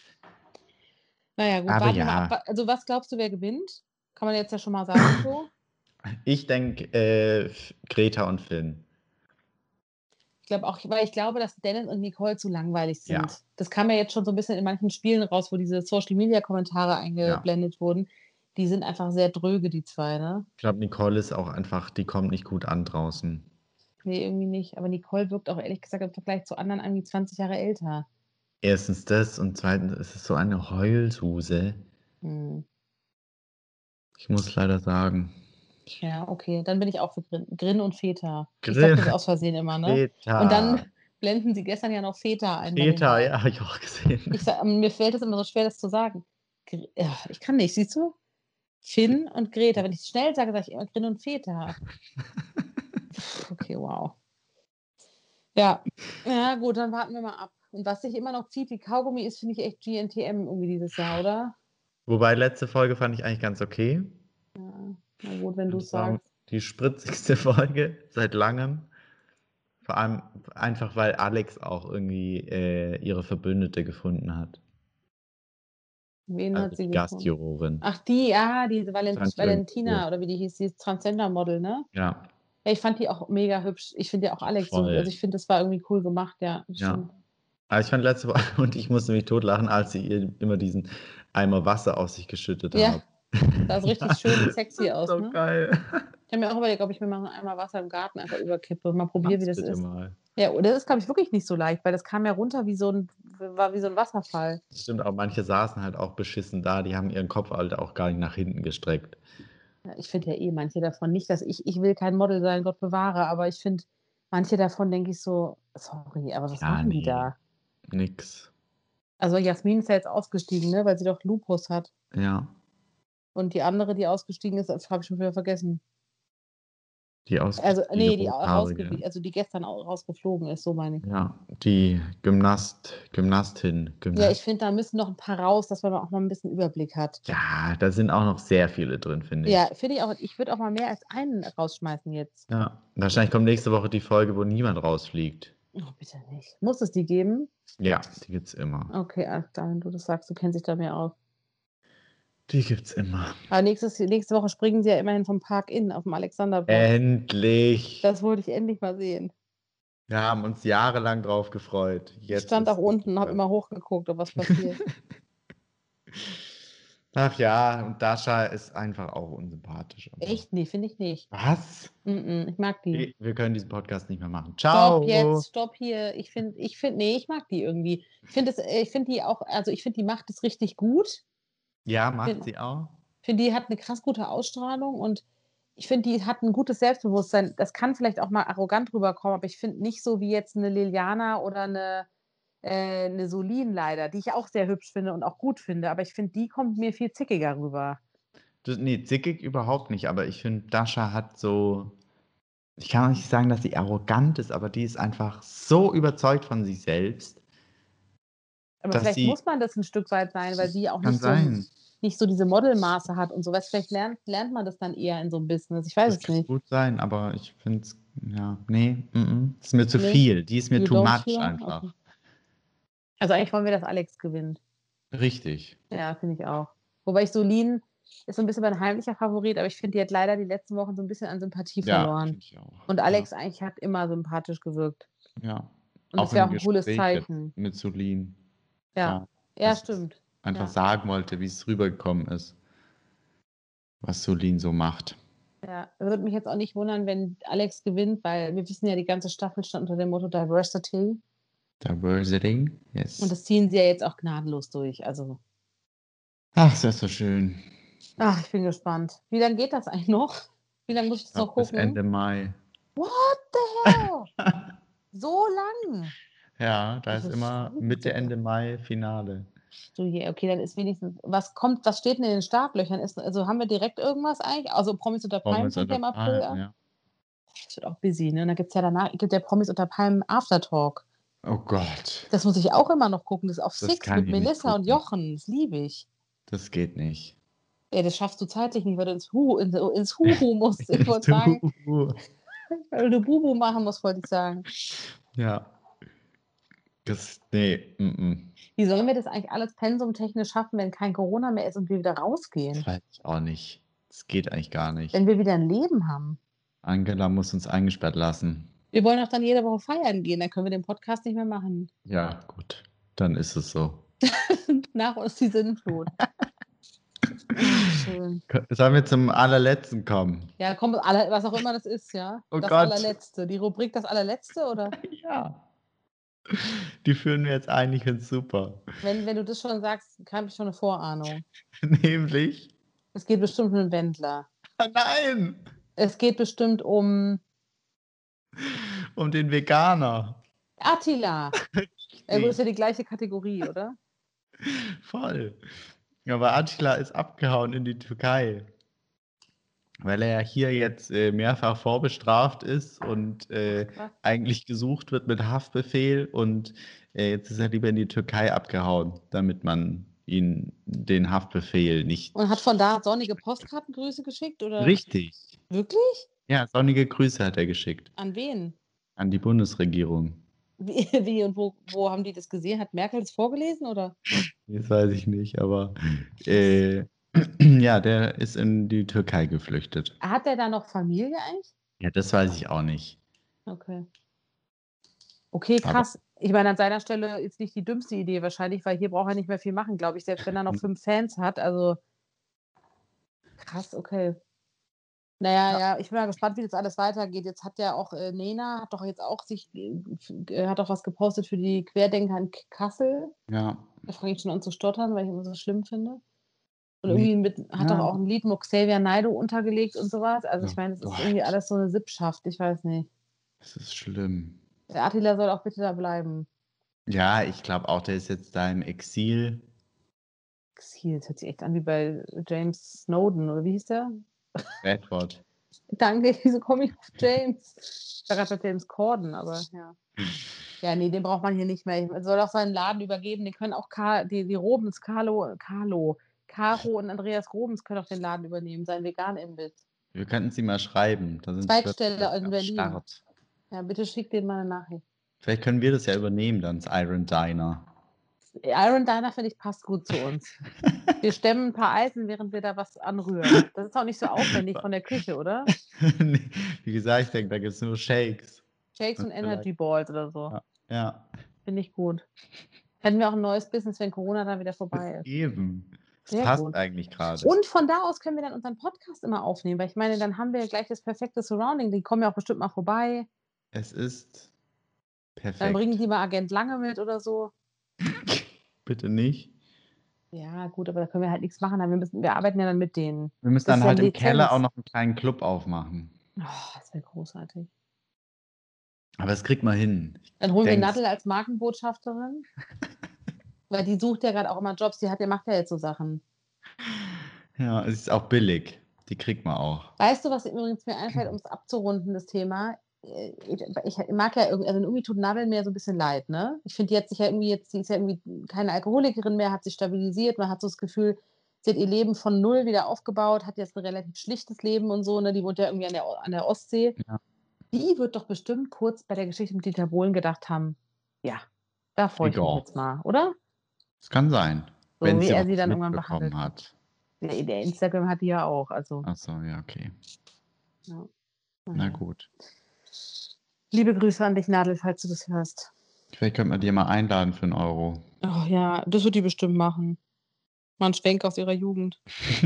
Na ja, gut, Aber warten wir mal ab. ja, Also, was glaubst du, wer gewinnt? Kann man jetzt ja schon mal sagen so. ich denke, Greta und Finn. Ich glaube auch, weil ich glaube, dass Dennis und Nicole zu langweilig Ja, sind. Das kam ja jetzt schon so ein bisschen in manchen Spielen raus, wo diese Social-Media-Kommentare ja. eingeblendet wurden. Die sind einfach sehr dröge, die 2, ne? Ich glaube, Nicole ist auch einfach, die kommt nicht gut an draußen. Ne, irgendwie nicht. Aber Nicole wirkt auch ehrlich gesagt im Vergleich zu anderen irgendwie 20 Jahre älter. Erstens das und zweitens ist es so eine Heulsuse. Mhm. Ich muss leider sagen. Ja, okay, dann bin ich auch für Grin und Feta. Ich sage Grill, das aus Versehen immer, ne? Und Greta. dann blenden sie gestern ja noch Feta ein bei den Greta, ja, beiden. habe ich auch gesehen. Mir fällt es immer so schwer, das zu sagen. Ja, ich kann nicht, siehst du? Finn und Greta. Wenn ich schnell sage, sage ich immer Grin und Feta. Okay, wow. Ja. Ja, gut, dann warten wir mal ab. Und was sich immer noch zieht wie Kaugummi ist, finde ich echt GNTM irgendwie dieses Jahr, oder? Wobei letzte Folge fand ich eigentlich ganz okay. Ja, na gut, wenn Und du's das war sagst. die spritzigste Folge seit langem. Vor allem einfach, weil Alex auch irgendwie ihre Verbündete gefunden hat. Wen Also hat sie die gefunden? Gastjurorin. Ach, diese Transgender-Figur. Valentina oder wie die hieß, dieses Transgender-Model, ne? Ja, Ja, ich fand die auch mega hübsch. Ich finde ja auch Alex so, voll. also ich finde, das war irgendwie cool gemacht, ja, das Ja. stimmt. Aber ich fand letzte Woche, und ich musste mich totlachen, als sie ihr immer diesen Eimer Wasser aus sich geschüttet Ja, haben. sah so richtig schön und sexy aus, So ne? geil. Ich habe mir auch überlegt, ob ich mir mal einmal Wasser im Garten einfach überkippe und mal probiere, wie Mach's das bitte ist. mal. Ja, und das ist, glaube ich, wirklich nicht so leicht, weil das kam ja runter war wie so 'n Wasserfall. Das stimmt auch, manche saßen halt auch beschissen da, die haben ihren Kopf halt auch gar nicht nach hinten gestreckt. Ja, ich finde ja manche davon nicht, dass ich will kein Model sein, Gott bewahre, aber ich finde, manche davon denke ich so: „Sorry, aber was Ja, machen die ne, da?“ nix. Also, Jasmin ist ja jetzt ausgestiegen, ne, weil sie doch Lupus hat. Ja, Und die andere, die ausgestiegen ist, habe ich schon wieder vergessen. Also, die ne, die rothaarige. die gestern au rausgeflogen ist, so meine ich. Ja, die Gymnastin. Ja, ich finde, da müssen noch 'n paar raus, dass man auch mal 'n bisschen Überblick hat. Ja, da sind auch noch sehr viele drin, finde Ja, ich. finde ich auch. Ich würde auch mal mehr als einen rausschmeißen jetzt. Ja, wahrscheinlich kommt nächste Woche die Folge, wo niemand rausfliegt. Oh, bitte nicht. Muss es die geben? Ja, die gibt's immer. Okay, alles klar, wenn du das sagst, du kennst dich da mehr aus. Die gibt's immer. Aber nächste Woche springen sie ja immerhin vom Park-In aufm Alexanderplatz. Endlich! Das wollte ich endlich mal sehen. Wir haben uns jahrelang drauf gefreut. Ich Jetzt stand auch ist es unten und habe soweit. immer hochgeguckt, ob was passiert. Ach ja, und Dasha ist einfach auch unsympathisch. Aber Echt? Nee, finde ich nicht. was? Ich mag die. Wir können diesen Podcast nicht mehr machen. Stopp Ciao. jetzt, stopp hier. Nee, ich mag die irgendwie. Ich finde die auch, also ich finde, die macht es richtig gut. Ja, Ich macht finde, sie auch. find, die hat eine krass gute Ausstrahlung und ich finde, die hat ein gutes Selbstbewusstsein. Das kann vielleicht auch mal arrogant rüberkommen, aber ich finde nicht so wie jetzt eine Liliana oder eine Solin leider, die ich auch sehr hübsch finde und auch gut finde, aber ich finde, die kommt mir viel zickiger rüber. Nee, zickig überhaupt nicht, aber ich finde, Dasha hat so. Ich kann auch nicht sagen, dass sie arrogant ist, aber die ist einfach so überzeugt von sich selbst, Aber dass vielleicht sie. muss man das ein Stück weit sein, weil sie auch Kann sein. nicht so diese Modelmaße hat und so was. Vielleicht lernt man das dann eher in so 'nem Business. Ich weiß Das es kann nicht. gut sein, aber ich finde es, ja, nee, das ist mir zu Ne? viel. Die ist mir You too don't much feel? Okay. einfach. Also, eigentlich wollen wir, dass Alex gewinnt. Richtig. Ja, finde ich auch. Wobei ich Solin ist so 'n bisschen mein heimlicher Favorit, aber ich finde, die hat leider die letzten Wochen so 'n bisschen an Sympathie Ja, verloren. finde ich auch. Und Ja, Alex eigentlich hat immer sympathisch gewirkt. ja. Und Auch das wäre im auch 'n cooles Gespräch jetzt Zeichen. mit Solin. Ja. Ja, Ja, dass es stimmt. einfach Ja. sagen wollte, wie es rübergekommen ist, was Solin so macht. Ja. Würde mich jetzt auch nicht wundern, wenn Alex gewinnt, weil wir wissen ja, die ganze Staffel stand unter dem Motto Diversity. Diversity, Und yes. das ziehen sie ja jetzt auch gnadenlos durch. Also, Ach, ist das so schön. ich bin gespannt. Wie lange geht das eigentlich noch? Wie lange muss ich Ich das glaube noch bis gucken? Ende Mai. What the hell? So lang? Ja, da Das ist ist immer verrückt, Mitte, ey. Ende Mai Finale. Du je, okay, dann ist wenigstens was steht denn in den Startlöchern? Also, haben wir direkt irgendwas eigentlich? Also, Promis unter Palmen Pommes fängt ja oder im April Palmen, an. ja. Das wird auch busy, ne? Und dann gibt ja Promis unter Palmen Aftertalk. Oh Gott, Das muss ich auch immer noch gucken. Das ist auf das Six kann mit ich nicht Melissa und gucken. Jochen. Das liebe ich. Das geht nicht. Ja, das schaffst du zeitlich nicht, weil du ins Huhu musst. Ich wollte sagen, Du. weil du Bubu machen musst, wollte ich sagen. Ja, nee, Wie sollen wir das eigentlich alles pensumtechnisch schaffen, wenn kein Corona mehr ist und wir wieder das rausgehen? weiß ich auch nicht. Das geht eigentlich gar nicht. Wenn wir wieder ein Leben haben? Angela muss uns eingesperrt lassen. Wir wollen doch dann jede Woche feiern gehen, dann können wir den Podcast nicht mehr machen. Ja, gut, dann ist es so. Nach uns die Sinnflut. Ach, schön. Sollen wir zum Allerletzten kommen? Ja, komm, was auch immer das ist, ja? Oh Das Gott, Allerletzte. Die Rubrik Das Allerletzte, oder? ja. Die führen wir jetzt ein, ich finde es super. Wenn du das schon sagst, habe ich schon eine Vorahnung. Nämlich, Es geht bestimmt um 'nen Wendler. nein, Es geht bestimmt um um den Veganer. Attila. Ja gut, ist ja Richtig, die gleiche Kategorie, oder? voll. Aber Attila ist abgehauen in die Türkei, weil er ja hier jetzt mehrfach vorbestraft ist und Ach krass. eigentlich gesucht wird mit Haftbefehl und jetzt ist er lieber in die Türkei abgehauen, damit man ihn den Haftbefehl nicht. Und hat von da sonnige Postkartengrüße geschickt, oder? Richtig. Wirklich? Ja, sonnige Grüße hat er geschickt An wen? an die Bundesregierung. Wie und wo haben die das gesehen? Hat Merkel das vorgelesen, oder? Das weiß ich nicht, aber Krass. ja, der ist in die Türkei geflüchtet. Hat der da noch Familie eigentlich? Ja, das weiß ich auch nicht. Okay. Okay, Aber krass. Ich meine, an seiner Stelle ist nicht die dümmste Idee wahrscheinlich, weil hier braucht er nicht mehr viel machen, glaube ich, selbst wenn er noch 5 Fans hat. Also krass, okay. Na ja, ja, ja, ich bin mal gespannt, wie das alles weitergeht. Jetzt hat ja auch, Nena hat doch jetzt auch hat doch was gepostet für die Querdenker in Kassel. ja. Da fange ich schon an zu stottern, weil ich immer so schlimm finde. Und Ne, irgendwie hat doch ja. auch 'n Lied mit Xavier Naidoo untergelegt und so was. Also, ich Oh meine, das ist irgendwie Gott, alles so 'ne Sippschaft, ich weiß nicht. das ist schlimm. Der Attila soll auch bitte da bleiben. Ja, ich glaube auch, der ist jetzt da im Exil. Exil, das hört sich echt an wie bei James Snowden, oder wie hieß der? Edward. Danke, wieso komme ich auf James? Ich war grad bei James Corden, aber ja. Ja, ne, den braucht man hier nicht mehr. Er soll auch seinen Laden übergeben. Den können auch die Robens, Caro und Andreas Robens können auch den Laden übernehmen, seinen Vegan-Imbiss. Wir könnten sie mal schreiben, da sind sie Zweitstelle plötzlich in am Berlin. Start. Ja, bitte schick denen mal 'ne Nachricht. Vielleicht können wir das ja übernehmen dann, das Iron Diner. Iron Diner, finde ich, passt gut zu uns. Wir stemmen 'n paar Eisen, während wir da was anrühren. Das ist auch nicht so aufwendig von der Küche, oder? Ne, wie gesagt, ich denke, da gibt's nur Shakes Shakes und und vielleicht Energy Balls oder so. ja, ja. Finde ich gut. Hätten wir auch 'n neues Business, wenn Corona dann wieder vorbei ist. Eben. Das Sehr passt gut. eigentlich gerade. Und von da aus können wir dann unseren Podcast immer aufnehmen, weil ich meine, dann haben wir ja gleich das perfekte Surrounding. Die kommen ja auch bestimmt mal vorbei. Es ist Dann bringen perfekt. die mal Agent Lange mit oder so. Bitte nicht. Ja, gut, aber da können wir halt nichts machen. Wir arbeiten ja dann mit denen. Wir müssen Das dann ist ja halt im Keller auch Lizenz. noch einen kleinen Club aufmachen. Oh, das wäre großartig. Aber das kriegt man hin. Ich Dann holen wir denk's. Nadel als Markenbotschafterin, weil die sucht ja gerade auch immer Jobs. Macht ja jetzt so Sachen. Ja, es ist auch billig. Die kriegt man auch. Weißt du, was übrigens mir einfällt, um es abzurunden, das Thema? Ich mag ja irgendwie tut Nadel mir so ein bisschen leid, ne? Ich finde, die ist ja irgendwie keine Alkoholikerin mehr, hat sich stabilisiert. Man hat so das Gefühl, sie hat ihr Leben von null wieder aufgebaut, hat jetzt ein relativ schlichtes Leben und so, ne? Die wohnt ja irgendwie an der Ostsee. Ja. Die wird doch bestimmt kurz bei der Geschichte mit Dieter Bohlen gedacht haben: „Ja, da freue ich mich Egal. jetzt mal“, oder? Das kann sein, So wenn wie sie er auch sie was dann irgendwann behandelt mitbekommen hat. hat. Ja, der Instagram hat die ja auch, also, Ach so, ja, okay. ja. Na Na ja. gut. Liebe Grüße an dich, Nadel, falls du das hörst. Vielleicht könnte man die mal einladen für 1 Euro. Oh ja, das wird die bestimmt machen. Mal 'n Schwenk aus ihrer Jugend.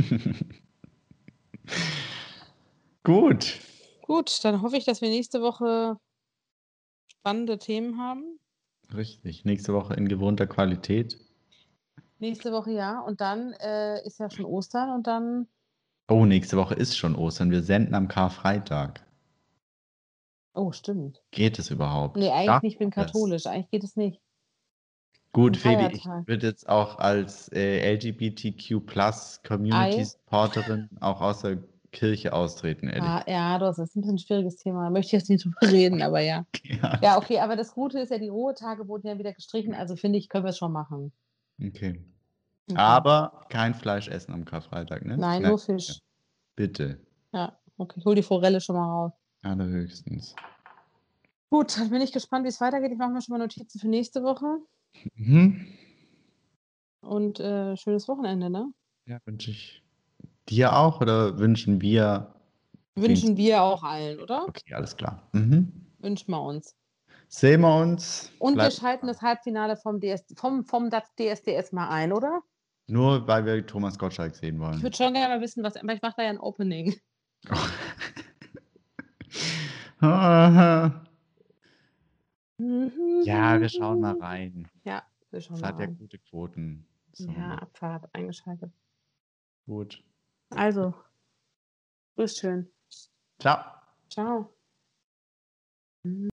Gut. Gut, dann hoffe ich, dass wir nächste Woche spannende Themen haben. Richtig. Nächste Woche in gewohnter Qualität. Nächste Woche ja, und dann, ist ja schon Ostern und dann Oh, nächste Woche ist schon Ostern. Wir senden am Karfreitag. oh, stimmt. Geht es überhaupt? Ne, eigentlich Darf nicht, ich bin man das? katholisch. Eigentlich geht es nicht. 'N Gut, Phoebe, ich Feiertag. würde jetzt auch als, LGBTQ+ Community Ei. Supporterin auch aus der Kirche austreten, ehrlich. Ja, das ist 'n bisschen 'n schwieriges Thema. Da möchte ich jetzt nicht drüber reden, aber ja. Ja, alles Ja, okay, aber das Gute ist ja, die Ruhetage wurden ja wieder gestrichen, also finde ich, können wir's schon machen. okay. Okay. Aber kein Fleisch essen am Karfreitag, ne? Nein, Merk nur dir. Fisch. Bitte. Ja, okay, ich hole die Forelle schon mal raus. Allerhöchstens. Gut, dann bin ich gespannt, wie's weitergeht. Ich mache mir schon mal Notizen für nächste Woche Mhm. und, schönes Wochenende, ne? Ja, wünsche ich dir auch oder wünschen wir den Wünschen wir auch allen, oder? Okay, alles klar. Mhm. Wünschen wir uns. Sehen wir uns. Und wir Bleibt schalten das Halbfinale vom DSDS mal ein, oder? nur weil wir Thomas Gottschalk sehen Ich wollen. würde schon gerne mal wissen, was aber ich mache da ja 'n Opening. Ja, wir schauen mal rein. Ja, wir schauen Es mal hat ja rein. gute Quoten. Ja, So, Abfahrt eingeschaltet. gut. Also, grüß schön. Tschau. Tschau.